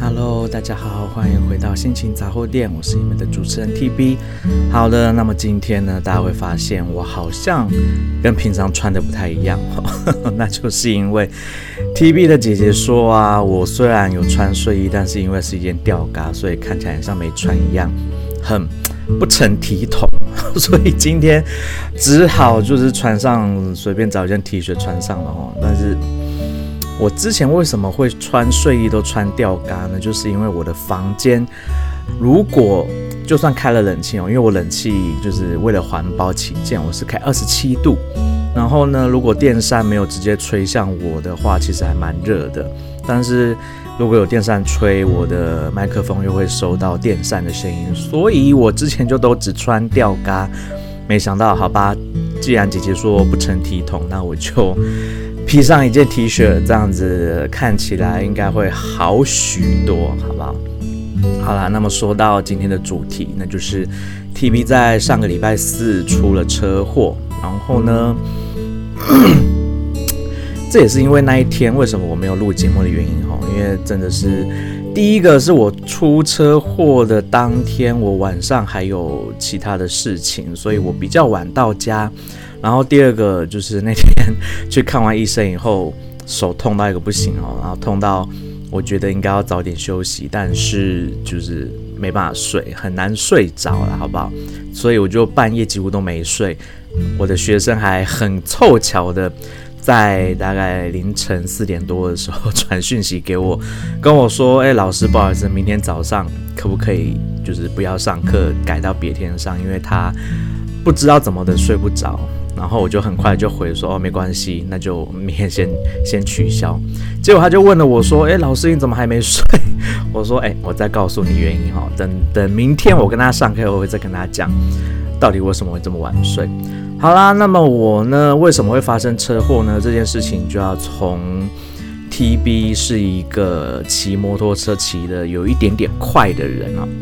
Hello， 大家好，欢迎回到心情杂货店，我是你们的主持人 TB。好的，那么今天呢，大家会发现我好像跟平常穿的不太一样，那就是因为 TB 的姐姐说啊，我虽然有穿睡衣，但是因为是一件吊嘎，所以看起来像没穿一样，很不成体统，所以今天只好就是穿上随便找一件 T 恤穿上了哦，但是。我之前为什么会穿睡衣都穿吊嘎呢？就是因为我的房间如果就算开了冷气哦，因为我冷气就是为了环保起见，我是开27度。然后呢，如果电扇没有直接吹向我的话，其实还蛮热的。但是如果有电扇吹，我的麦克风又会收到电扇的声音，所以我之前就都只穿吊嘎。没想到，好吧，既然姐姐说不成体统，那我就披上一件 T 恤，这样子看起来应该会好许多，好不好？好啦，那么说到今天的主题，那就是 TB 在上个礼拜四出了车祸，然后呢，这也是因为那一天为什么我没有录节目的原因哈，因为真的是第一个是我出车祸的当天，我晚上还有其他的事情，所以我比较晚到家。然后第二个就是那天去看完医生以后，手痛到一个不行哦，然后痛到我觉得应该要早点休息，但是就是没办法睡，很难睡着了，好不好？所以我就半夜几乎都没睡。我的学生还很凑巧的在大概凌晨4点多的时候传讯息给我，跟我说：“老师，不好意思，明天早上可不可以就是不要上课，改到别天上，因为他不知道怎么的睡不着。”然后我就很快就回说：“没关系，那就明天先取消。”结果他就问了我说：“老师，你怎么还没睡？”我说：“我再告诉你原因哈，等明天我跟他上课，我会再跟他讲到底为什么会这么晚睡。”好啦，那么我呢，为什么会发生车祸呢？这件事情就要从 TB 是一个骑摩托车骑的有一点点快的人啊。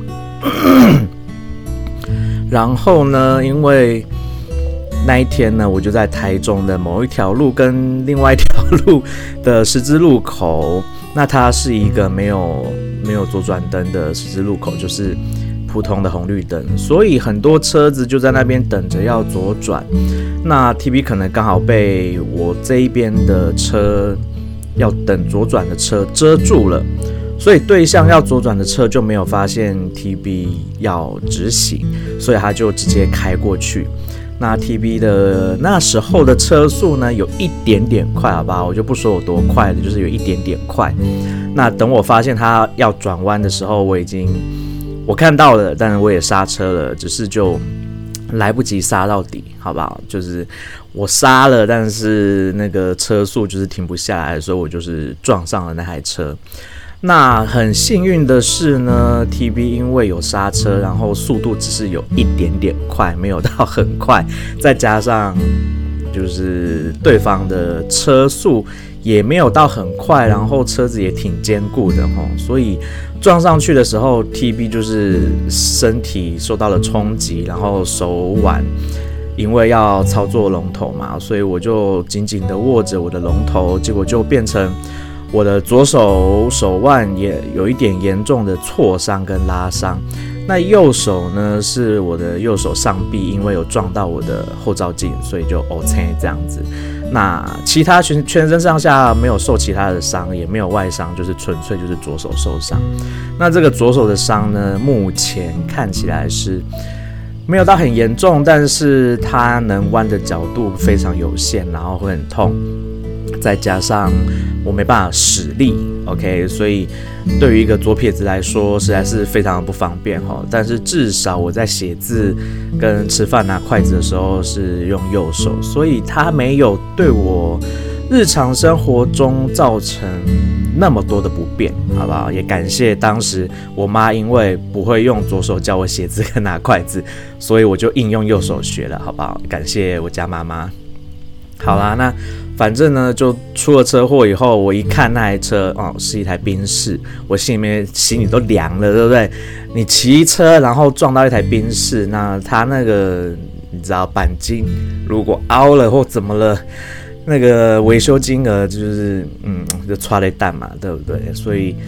然后呢，因为那一天呢，我就在台中的某一条路跟另外一条路的十字路口，那它是一个没有左转灯的十字路口，就是普通的红绿灯，所以很多车子就在那边等着要左转。那 TB 可能刚好被我这一边的车要等左转的车遮住了，所以对向要左转的车就没有发现 TB 要直行，所以他就直接开过去。那 TB 的那时候的车速呢，有一点点快，好吧，我就不说有多快的，就是有一点点快。那等我发现他要转弯的时候，我看到了，但是我也刹车了，只是就来不及刹到底，好不好？就是我刹了，但是那个车速就是停不下来，所以我就是撞上了那台车。那很幸运的是呢 ，TB 因为有刹车，然后速度只是有一点点快，没有到很快，再加上就是对方的车速也没有到很快，然后车子也挺坚固的齁，所以撞上去的时候 ，TB 就是身体受到了冲击，然后手腕因为要操作龙头嘛，所以我就紧紧的握着我的龙头，结果就变成我的左手手腕也有一点严重的挫伤跟拉伤。那右手呢，是我的右手上臂，因为有撞到我的后照镜，所以就这样子。那其他全身上下没有受其他的伤，也没有外伤，就是纯粹就是左手受伤。那这个左手的伤呢，目前看起来是没有到很严重，但是它能弯的角度非常有限，然后会很痛。再加上我没办法使力 ，OK， 所以对于一个左撇子来说，实在是非常不方便哈。但是至少我在写字跟吃饭拿筷子的时候是用右手，所以它没有对我日常生活中造成那么多的不便，好不好？也感谢当时我妈，因为不会用左手教我写字跟拿筷子，所以我就硬用右手学了，好不好？感谢我家妈妈。好啦，那反正呢，就出了车祸以后，我一看那台车是一台宾士，我心里都凉了，对不对？你骑车然后撞到一台宾士，那他那个你知道钣金如果凹了或怎么了，那个维修金额就是就差了一蛋嘛，对不对？所以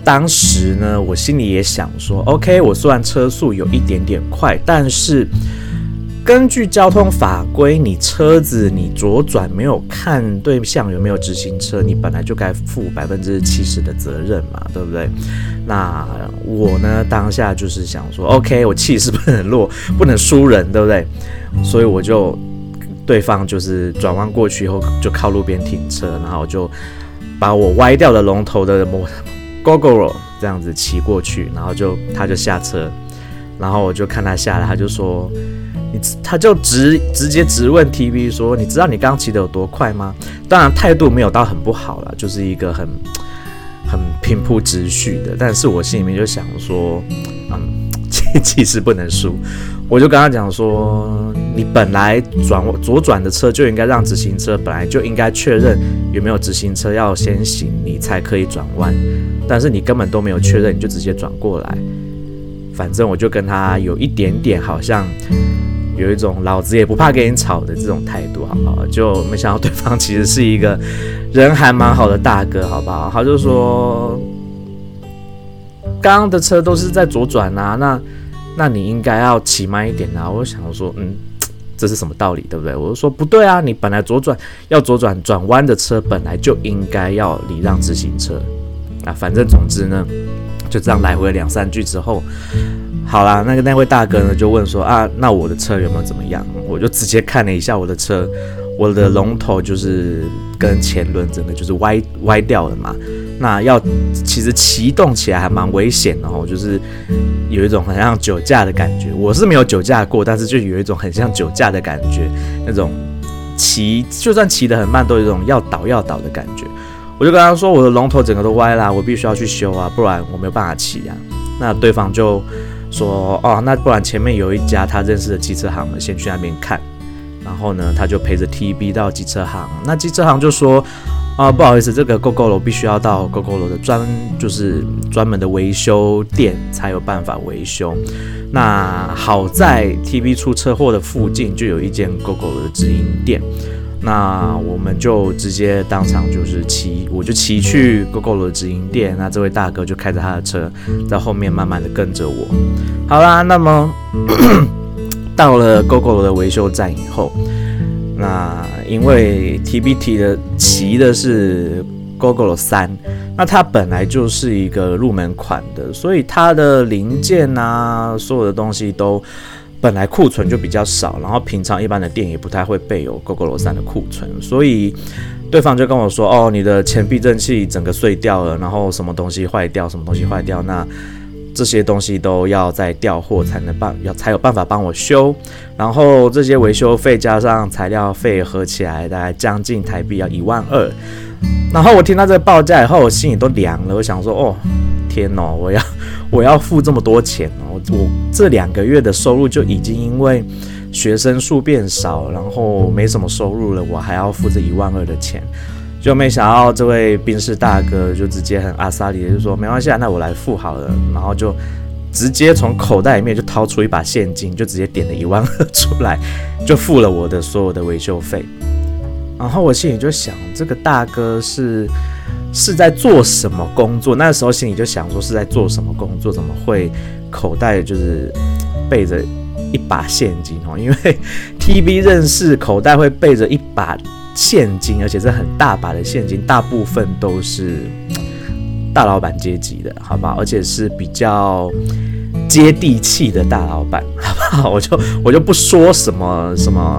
当时呢，我心里也想说 ，OK， 我虽然车速有一点点快，但是根据交通法规，你车子你左转没有看对向有没有直行车，你本来就该负70%的责任嘛，对不对？那我呢，当下就是想说 ，OK， 我气势不能弱，不能输人，对不对？所以我就对方就是转弯过去以后，就靠路边停车，然后就把我歪掉的龙头的Gogoro 这样子骑过去，然后他就下车，然后我就看他下来，他就说。他就直接质问 TV 说：“你知道你刚刚骑得有多快吗？”当然态度没有到很不好啦，就是一个很平铺直叙的。但是我心里面就想说，气势不能输。我就跟他讲说，你本来左转的车就应该让直行车本来就应该确认有没有直行车要先行，你才可以转弯。但是你根本都没有确认，你就直接转过来。反正我就跟他有一点点好像。有一种老子也不怕跟你吵的这种态度，好不好？就没想到对方其实是一个人还蛮好的大哥，好不好？他就说，刚刚的车都是在左转啊，那你应该要骑慢一点啊。我想说，这是什么道理，对不对？我就说不对啊，你本来左转转弯的车本来就应该要礼让直行车啊。反正总之呢，就这样来回2-3句之后。好啦，那位大哥呢就问说那我的车有没有怎么样？我就直接看了一下我的车，我的龙头就是跟前轮整个就是歪掉了嘛。那其实启动起来还蛮危险的哦，就是有一种很像酒驾的感觉。我是没有酒驾过，但是就有一种很像酒驾的感觉，那种就算骑得很慢，都有一种要倒的感觉。我就跟他说，我的龙头整个都歪啦，我必须要去修啊，不然我没有办法骑啊。那对方就说那不然前面有一家他认识的机车行，先去那边看。然后呢，他就陪着 TB 到机车行。那机车行就说不好意思，这个 Gogoro 必须要到 Gogoro 的就是专门的维修店才有办法维修。那好在 TB 出车祸的附近就有一间 Gogoro 的直营店。那我们就直接当场我就骑去 Gogoro 的直营店，那这位大哥就开着他的车在后面慢慢的跟着我。好啦，那么到了 Gogoro 的维修站以后，那因为 TBT 骑的是 Gogoro 3，那它本来就是一个入门款的，所以它的零件啊，所有的东西都本来库存就比较少，然后平常一般的店也不太会备有 Gogoro 3的库存，所以对方就跟我说，你的前避震器整个碎掉了，然后什么东西坏掉，那这些东西都要再调货才有办法帮我修，然后这些维修费加上材料费合起来大概将近台币要12000。然后我听到这个报价以后，我心里都凉了，我想说，天哦，我要付这么多钱哦！我这2个月的收入就已经因为学生数变少，然后没什么收入了，我还要付这12000的钱，就没想到这位宾士大哥就直接很阿萨里的就说没关系啊，那我来付好了，然后就直接从口袋里面就掏出一把现金，就直接点了12000出来，就付了我的所有的维修费。然后我心里就想，这个大哥是在做什么工作？那时候心里就想说是在做什么工作？怎么会口袋就是背着一把现金哦？因为 TB 认识口袋会背着一把现金，而且是很大把的现金，大部分都是大老板阶级的，好不好？而且是比较接地气的大老板，好不好？我就不说什么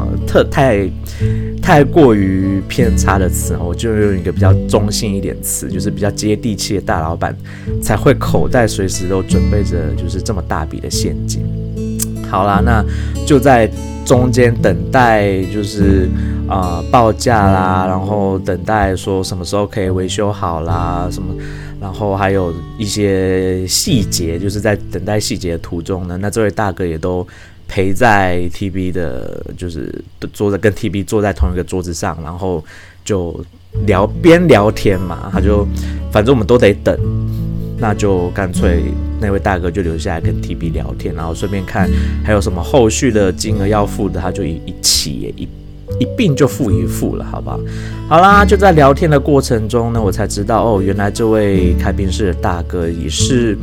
太过于偏差的词，我就用一个比较中性一点词，就是比较接地气的大老板才会口袋随时都准备着就是这么大笔的现金。好啦，那就在中间等待就是报价啦，然后等待说什么时候可以维修好啦什么，然后还有一些细节，就是在等待细节的途中呢，那这位大哥也都陪在 TB 的，就是跟 TB 坐在同一个桌子上，然后就边聊天嘛，反正我们都得等，那就干脆那位大哥就留下来跟 TB 聊天，然后顺便看还有什么后续的金额要付的，他就一起一并就付一付了，好不好？好啦，就在聊天的过程中呢，我才知道哦，原来这位开宾士的大哥也是，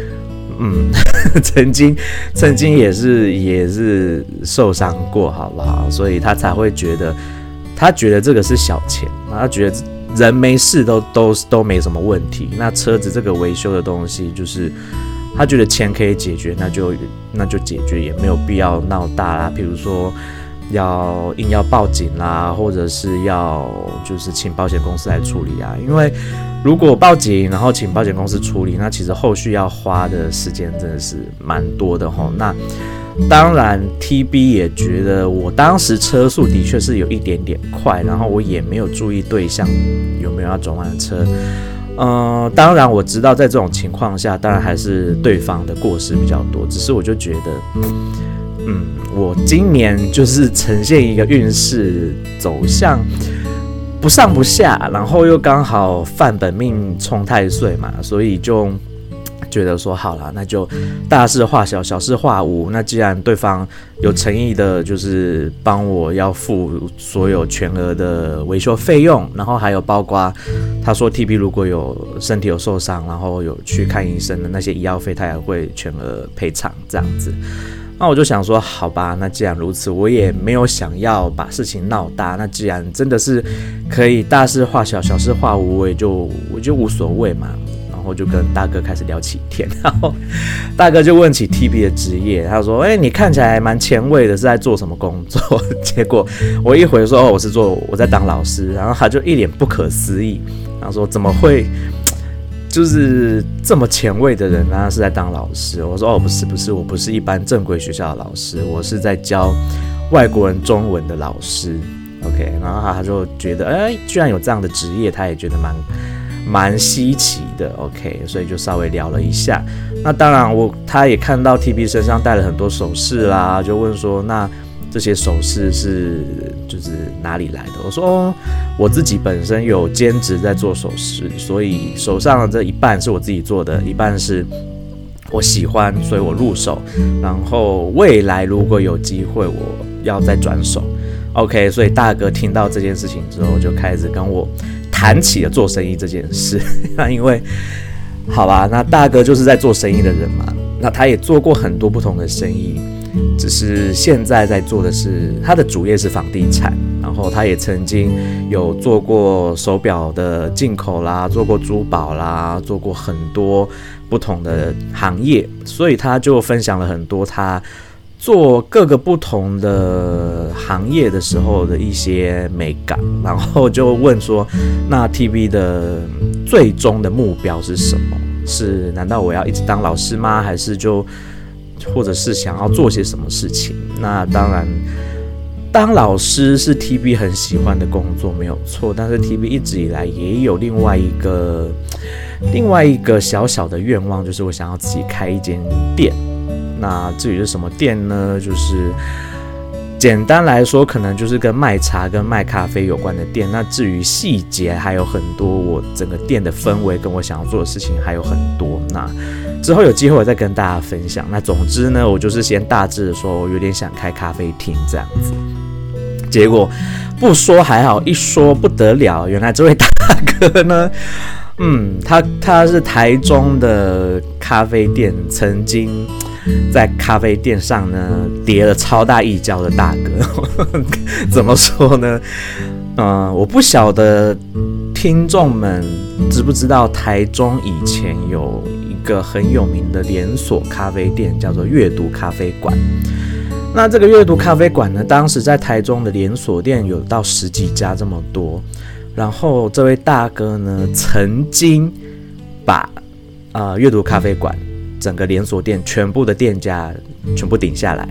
曾经也是受伤过，好不好？所以他才会觉得这个是小钱，他觉得人没事都没什么问题。那车子这个维修的东西，就是他觉得钱可以解决，那就解决，也没有必要闹大啦。比如说硬要报警啦，或者是要就是请保险公司来处理啊。因为如果报警，然后请保险公司处理，那其实后续要花的时间真的是蛮多的齁。那当然 ，TB 也觉得我当时车速的确是有一点点快，然后我也没有注意对象有没有要转弯的车。当然我知道在这种情况下，当然还是对方的过失比较多。只是我就觉得，我今年就是呈现一个运势走向不上不下，然后又刚好犯本命冲太岁嘛，所以就觉得说好啦，那就大事化小，小事化无。那既然对方有诚意的，就是帮我要付所有全额的维修费用，然后还有包括他说 TB 如果有身体有受伤，然后有去看医生的那些医药费，他也会全额赔偿这样子。那我就想说，好吧，那既然如此，我也没有想要把事情闹大。那既然真的是可以大事化小，小事化无，我就无所谓嘛。然后就跟大哥开始聊起天，然后大哥就问起 TB 的职业，他说：“你看起来蛮前卫的，是在做什么工作？”结果我一回说：“我在当老师。”然后他就一脸不可思议，然后说：“怎么会？就是这么前卫的人呢？是在当老师？”我说：“不是，我不是一般正规学校的老师，我是在教外国人中文的老师。” OK， 然后他就觉得，居然有这样的职业，他也觉得蛮稀奇的 ，OK， 所以就稍微聊了一下。那当然他也看到 TB 身上戴了很多首饰啦，就问说，那这些首饰是就是哪里来的？我说，我自己本身有兼职在做首饰，所以手上的这一半是我自己做的，一半是我喜欢，所以我入手。然后未来如果有机会，我要再转手。OK， 所以大哥听到这件事情之后，就开始跟我谈起了做生意这件事。那因为好吧，那大哥就是在做生意的人嘛，那他也做过很多不同的生意，只是现在在做的是他的主业是房地产，然后他也曾经有做过手表的进口啦，做过珠宝啦，做过很多不同的行业，所以他就分享了很多他做各个不同的行业的时候的一些美感，然后就问说，那 TB 的最终的目标是什么？难道我要一直当老师吗？还是或者是想要做些什么事情？那当然，当老师是 TB 很喜欢的工作，没有错。但是 TB 一直以来也有另外一个小小的愿望，就是我想要自己开一间店。那至于是什么店呢？就是简单来说，可能就是跟卖茶跟卖咖啡有关的店。那至于细节还有很多，我整个店的氛围跟我想要做的事情还有很多。那之后有机会我再跟大家分享。那总之呢，我就是先大致的说，我有点想开咖啡厅这样子。结果不说还好，一说不得了，原来这位大哥呢，他是台中的咖啡店，曾经在咖啡店上呢跌了超大一跤的大哥。怎么说呢？我不晓得听众们知不知道，台中以前有一个很有名的连锁咖啡店，叫做阅读咖啡馆。那这个阅读咖啡馆呢，当时在台中的连锁店有到10几家这么多。然后这位大哥呢，曾经把阅读咖啡馆整个连锁店全部的店家全部顶下来，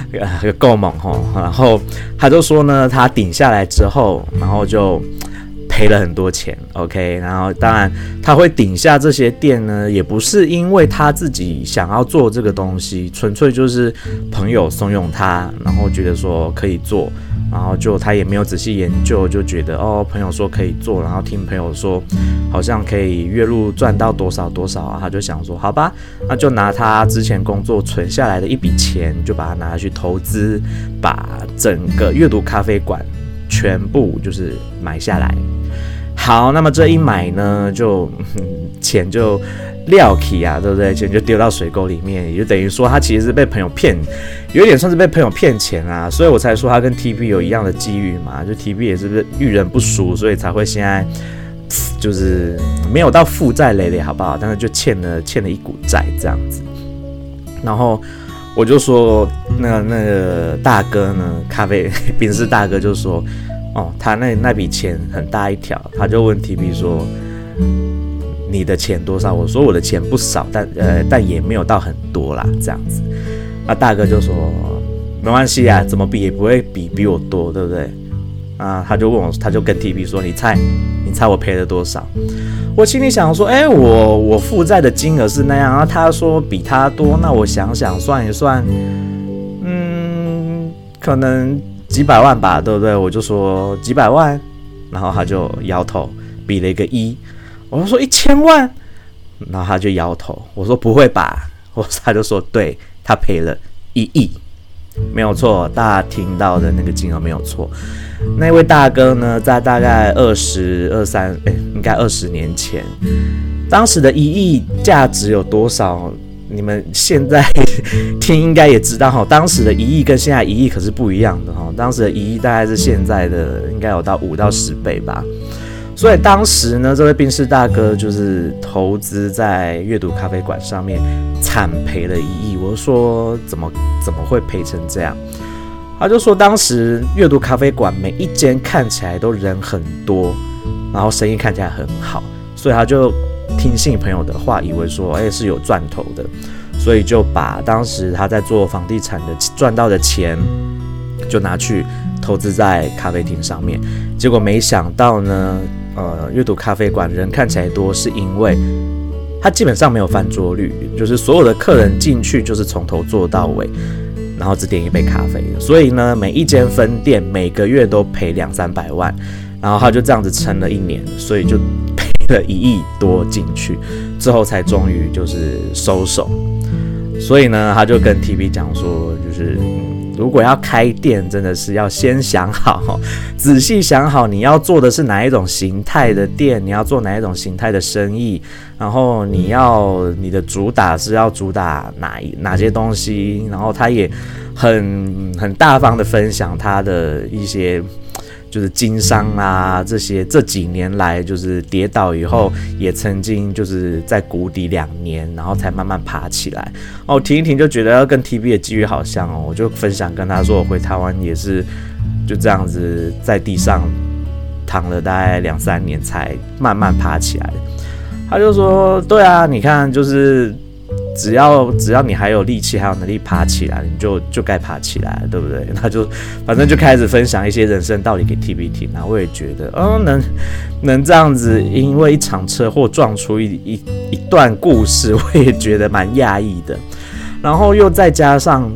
够猛吼！然后他就说呢，他顶下来之后，然后就赔了很多钱 ，OK， 然后当然他会顶下这些店呢，也不是因为他自己想要做这个东西，纯粹就是朋友怂恿他，然后觉得说可以做，然后就他也没有仔细研究，就觉得朋友说可以做，然后听朋友说好像可以月入赚到多少多少啊，他就想说好吧，那就拿他之前工作存下来的一笔钱，就把它拿去投资，把整个阅读咖啡馆全部就是买下来。好，那么这一买呢，就钱就撂起啊，对不对？钱就丢到水沟里面，也就等于说他其实是被朋友骗，有点算是被朋友骗钱啊，所以我才说他跟 TB 有一样的机遇嘛，就 TB 也是遇人不淑，所以才会现在就是没有到负债累累，好不好？但是就欠了一股债这样子。然后我就说那个大哥呢，咖啡宾士大哥就说。他那笔钱很大一条，他就问 TB 说：“你的钱多少？”我说：“我的钱不少，但也没有到很多啦，这样子。”那大哥就说：“没关系啊，怎么比也不会比我多，对不对？”啊，他就问我，他就跟 TB 说：“你猜我赔了多少？”我心里想说：“我负债的金额是那样，然后他说比他多，那我想想算一算，可能。”几百万吧，对不对？我就说几百万，然后他就摇头，比了一个1。我就说1000万，然后他就摇头。我说不会吧？他就说对，他赔了1亿，没有错，大家听到的那个金额没有错。那位大哥呢，在大概应该20年前，当时的1亿价值有多少？你们现在听应该也知道哈，当时的1亿跟现在1亿可是不一样的哈。当时的1亿大概是现在的应该有到5到10倍吧。所以当时呢，这位宾士大哥就是投资在阅读咖啡馆上面，惨赔了1亿。我说怎么会赔成这样？他就说当时阅读咖啡馆每一间看起来都人很多，然后生意看起来很好，所以他就听信朋友的话，以为说是有赚头的，所以就把当时他在做房地产的赚到的钱就拿去投资在咖啡厅上面。结果没想到呢，阅读咖啡馆人看起来多，是因为他基本上没有翻桌率，就是所有的客人进去就是从头做到尾，然后只点一杯咖啡，所以呢每一间分店每个月都赔200-300万，然后他就这样子撑了1年，所以就了1亿多进去，之后才终于就是收手。所以呢，他就跟 TB 讲说，就是如果要开店，真的是要先想好，仔细想好你要做的是哪一种形态的店，你要做哪一种形态的生意，然后你的主打是要主打哪些东西，然后他也很大方的分享他的一些。就是经商啊，这几年来就是跌倒以后，也曾经就是在谷底2年，然后才慢慢爬起来。停一停就觉得要跟 TB 的机遇好像我就分享跟他说，我回台湾也是就这样子在地上躺了大概2-3年才慢慢爬起来。他就说，对啊，你看就是只要你还有力气还有能力爬起来，你就该爬起来，对不对？他就反正就开始分享一些人生道理给 TB 听啊。我也觉得能这样子因为一场车祸撞出一段故事，我也觉得蛮讶异的。然后又再加上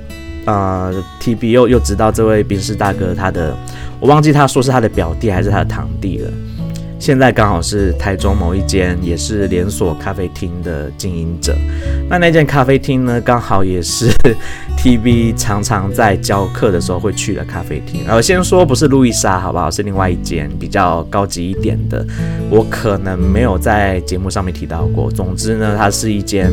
TB 又知道这位宾士大哥，我忘记他说是他的表弟还是他的堂弟了。现在刚好是台中某一间也是连锁咖啡厅的经营者。那间咖啡厅呢，刚好也是 TB 常常在教课的时候会去的咖啡厅。先说不是路易莎，好不好？是另外一间比较高级一点的，我可能没有在节目上面提到过。总之呢，它是一间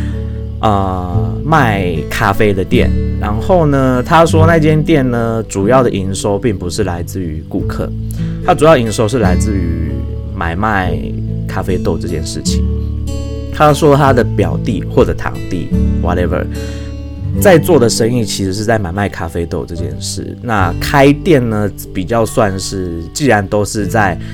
卖咖啡的店。然后呢，他说那间店呢，主要的营收并不是来自于顾客，它主要营收是来自于买卖咖啡豆这件事情。他说他的表弟或者堂弟 whatever 在做的生意其实是在买卖咖啡豆这件事。那开店呢，比较算是既然都是在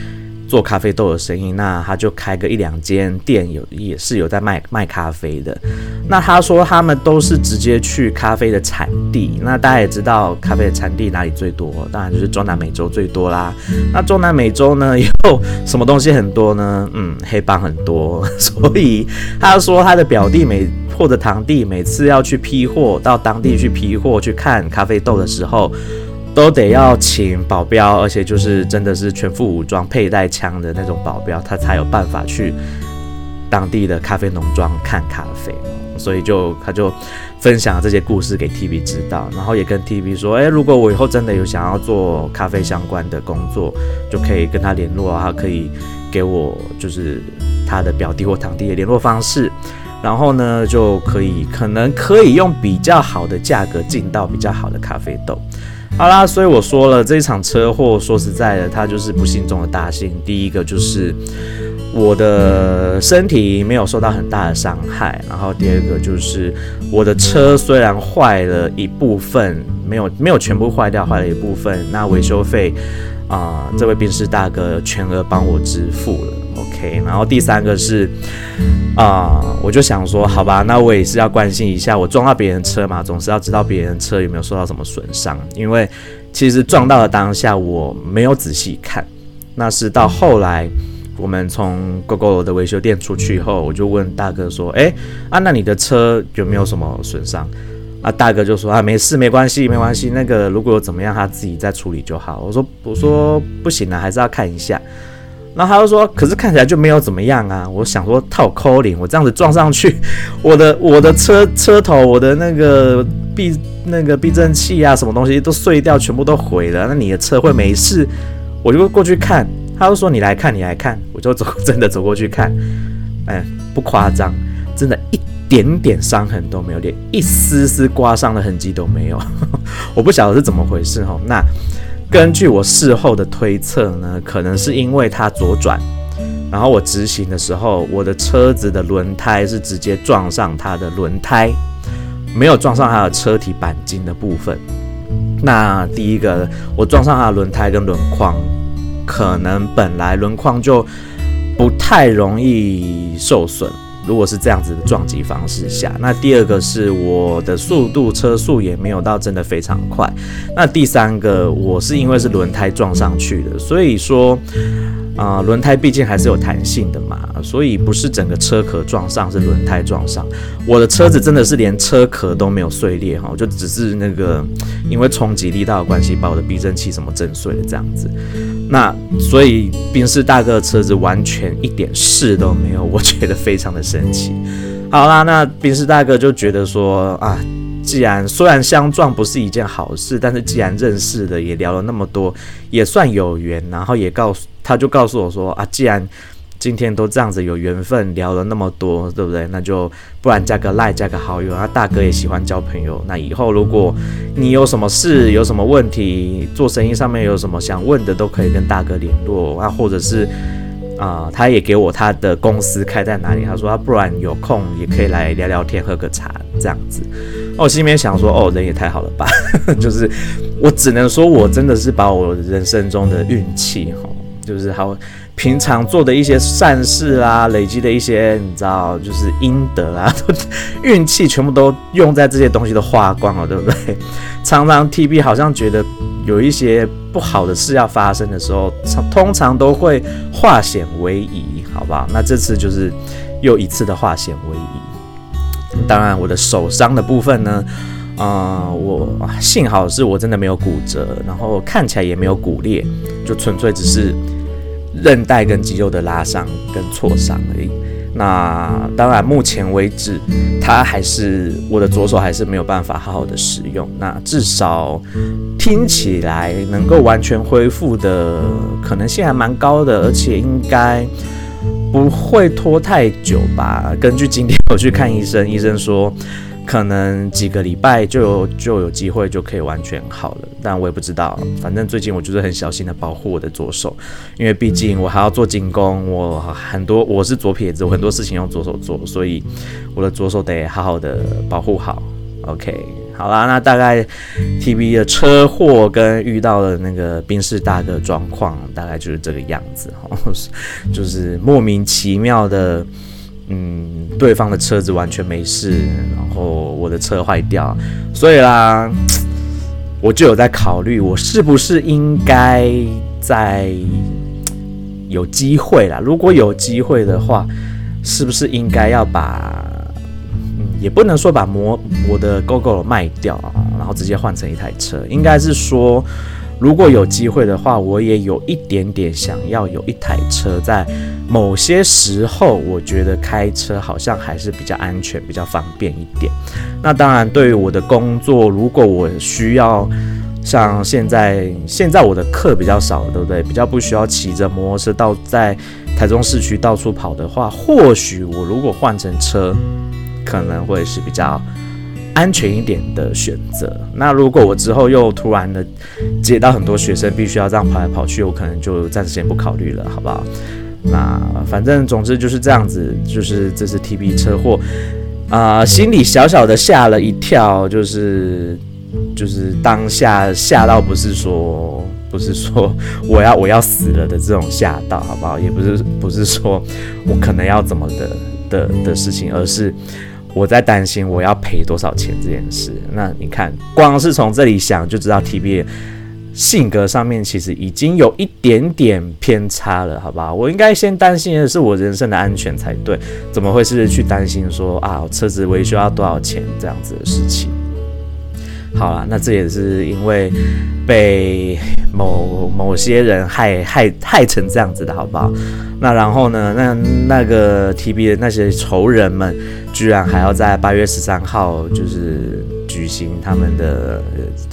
做咖啡豆的生意，那他就开个1-2间店，也是有在卖咖啡的。那他说他们都是直接去咖啡的产地，那大家也知道咖啡的产地哪里最多，当然就是中南美洲最多啦。那中南美洲呢，以后什么东西很多呢？黑帮很多，所以他说他的表弟或者堂弟每次要去批货，到当地去批货去看咖啡豆的时候，都得要请保镖，而且就是真的是全副武装、佩戴枪的那种保镖，他才有办法去当地的咖啡农庄看咖啡。所以他就分享这些故事给 TV 知道，然后也跟 TV 说，如果我以后真的有想要做咖啡相关的工作，就可以跟他联络啊，他可以给我就是他的表弟或堂弟的联络方式。然后呢，就可能可以用比较好的价格进到比较好的咖啡豆。好啦，所以我说了，这一场车祸说实在的，它就是不幸中的大幸。第一个就是我的身体没有受到很大的伤害，然后第二个就是我的车虽然坏了一部分，没有全部坏掉，坏了一部分，那维修费这位宾士大哥全额帮我支付了。OK， 然后第三个是我就想说，好吧，那我也是要关心一下，我撞到别人车嘛，总是要知道别人车有没有受到什么损伤。因为其实撞到的当下我没有仔细看，那是到后来我们从 GoGo 的维修店出去以后，我就问大哥说，那你的车有没有什么损伤？大哥就说没事，没关系，那个如果有怎么样，他自己再处理就好。我说不行啊，还是要看一下。然后他就说，可是看起来就没有怎么样啊。我想说，他有扣零，我这样子撞上去，我的车头，我的那个避震器啊，什么东西都碎掉，全部都毁了。那你的车会没事？我就过去看，他就说你来看，我就真的走过去看，不夸张，真的一点点伤痕都没有，连一丝丝刮伤的痕迹都没有。我不晓得是怎么回事齁。那根据我事后的推测呢，可能是因为他左转，然后我直行的时候，我的车子的轮胎是直接撞上他的轮胎，没有撞上他的车体钣金的部分。那第一个，我撞上他的轮胎跟轮框，可能本来轮框就不太容易受损，如果是这样子的撞击方式下。那第二个是我的车速也没有到真的非常快。那第三个，我是因为是轮胎撞上去的，所以说轮胎毕竟还是有弹性的嘛，所以不是整个车壳撞上，是轮胎撞上。我的车子真的是连车壳都没有碎裂哈，就只是那个因为冲击力道的关系，把我的避震器什么震碎了这样子。那所以宾士大哥的车子完全一点事都没有，我觉得非常的神奇。好啦，那宾士大哥就觉得说既然虽然相撞不是一件好事，但是既然认识了，也聊了那么多，也算有缘。然后他就告诉我说既然今天都这样子有缘分聊了那么多，对不对？那就不然加个 LINE 加个好友。大哥也喜欢交朋友，那以后如果你有什么事有什么问题，做生意上面有什么想问的，都可以跟大哥联络或者是他也给我他的公司开在哪里，他说不然有空也可以来聊聊天喝个茶这样子。我心里面想说人也太好了吧。就是我只能说我真的是把我人生中的运气就是平常做的一些善事啊，累积的一些你知道就是阴德啊，运气全部都用在这些东西都花光了，对不对？常常 TB 好像觉得有一些不好的事要发生的时候，通常都会化险为夷，好不好？那这次就是又一次的化险为夷。当然我的手伤的部分呢，我幸好是我真的没有骨折，然后看起来也没有骨裂，就纯粹只是韧带跟肌肉的拉伤跟挫伤而已。那当然目前为止我的左手还是没有办法好好的使用，那至少听起来能够完全恢复的可能性还蛮高的，而且应该不会拖太久吧。根据今天我去看医生，医生说可能几个礼拜就有机会就可以完全好了，但我也不知道。反正最近我就是很小心的保护我的左手，因为毕竟我还要做精工，我是左撇子，我很多事情用左手做，所以我的左手得好好的保护好。OK， 好啦，那大概 TB 的车祸跟遇到的那个宾士大哥状况，大概就是这个样子就是莫名其妙的，对方的车子完全没事，然后我的车坏掉，所以啦，我就有在考虑，我是不是应该在有机会啦，如果有机会的话，是不是应该要把，也不能说把我的 GoGo 卖掉，然后直接换成一台车，应该是说，如果有机会的话，我也有一点点想要有一台车，在某些时候，我觉得开车好像还是比较安全、比较方便一点。那当然，对于我的工作，如果我需要像现在我的课比较少，对不对？比较不需要骑着摩托车在台中市区到处跑的话，或许我如果换成车，可能会是比较安全一点的选择。那如果我之后又突然的接到很多学生必须要这样跑来跑去，我可能就暂时先不考虑了，好不好？那反正总之就是这样子，就是这是 TB 车祸，心里小小的吓了一跳，就是当下吓到不是说我要死了的这种吓到，好不好？也不是说我可能要怎么的事情，而是我在担心我要赔多少钱这件事。那你看，光是从这里想就知道 TB 性格上面其实已经有一点点偏差了，好不好？我应该先担心的是我人身的安全才对，怎么会是去担心说车子维修要多少钱这样子的事情？好啦，那这也是因为被某些人害成这样子的，好不好？那然后呢，那个 TB 的那些仇人们，居然还要在8月13号就是举行他们的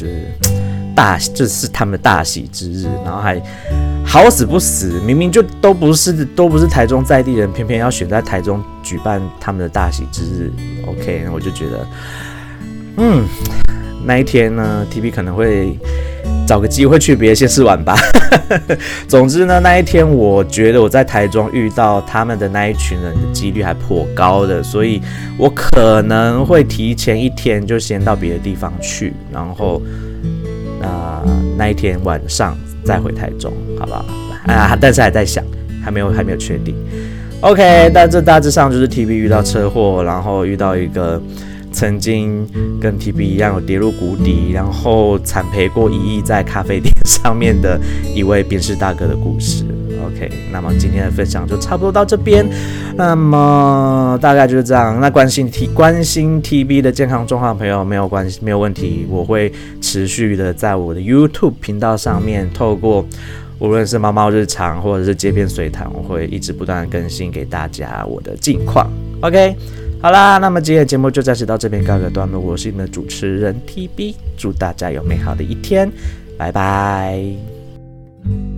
就是他们的大喜之日，然后还好死不死，明明就都不是台中在地人，偏偏要选在台中举办他们的大喜之日。OK， 我就觉得，那一天呢 ，TB 可能会找个机会去别的县市玩吧。总之呢，那一天我觉得我在台中遇到他们的那一群人的几率还颇高的，所以我可能会提前一天就先到别的地方去，然后那一天晚上再回台中，好不好？但是还在想，还没有确定。OK， 但这大致上就是 TB 遇到车祸，然后遇到一个曾经跟 TB 一样有跌入谷底，然后惨赔过1亿在咖啡店上面的一位宾士大哥的故事。OK， 那么今天的分享就差不多到这边，那么大概就是这样。那关心 TB 的健康状况的朋友没有问题，我会持续的在我的 YouTube 频道上面，透过无论是猫猫日常或者是街边随谈，我会一直不断的更新给大家我的近况。OK， 好啦，那么今天的节目就暂时到这边告个段落。我是你们的主持人 TB， 祝大家有美好的一天，拜拜。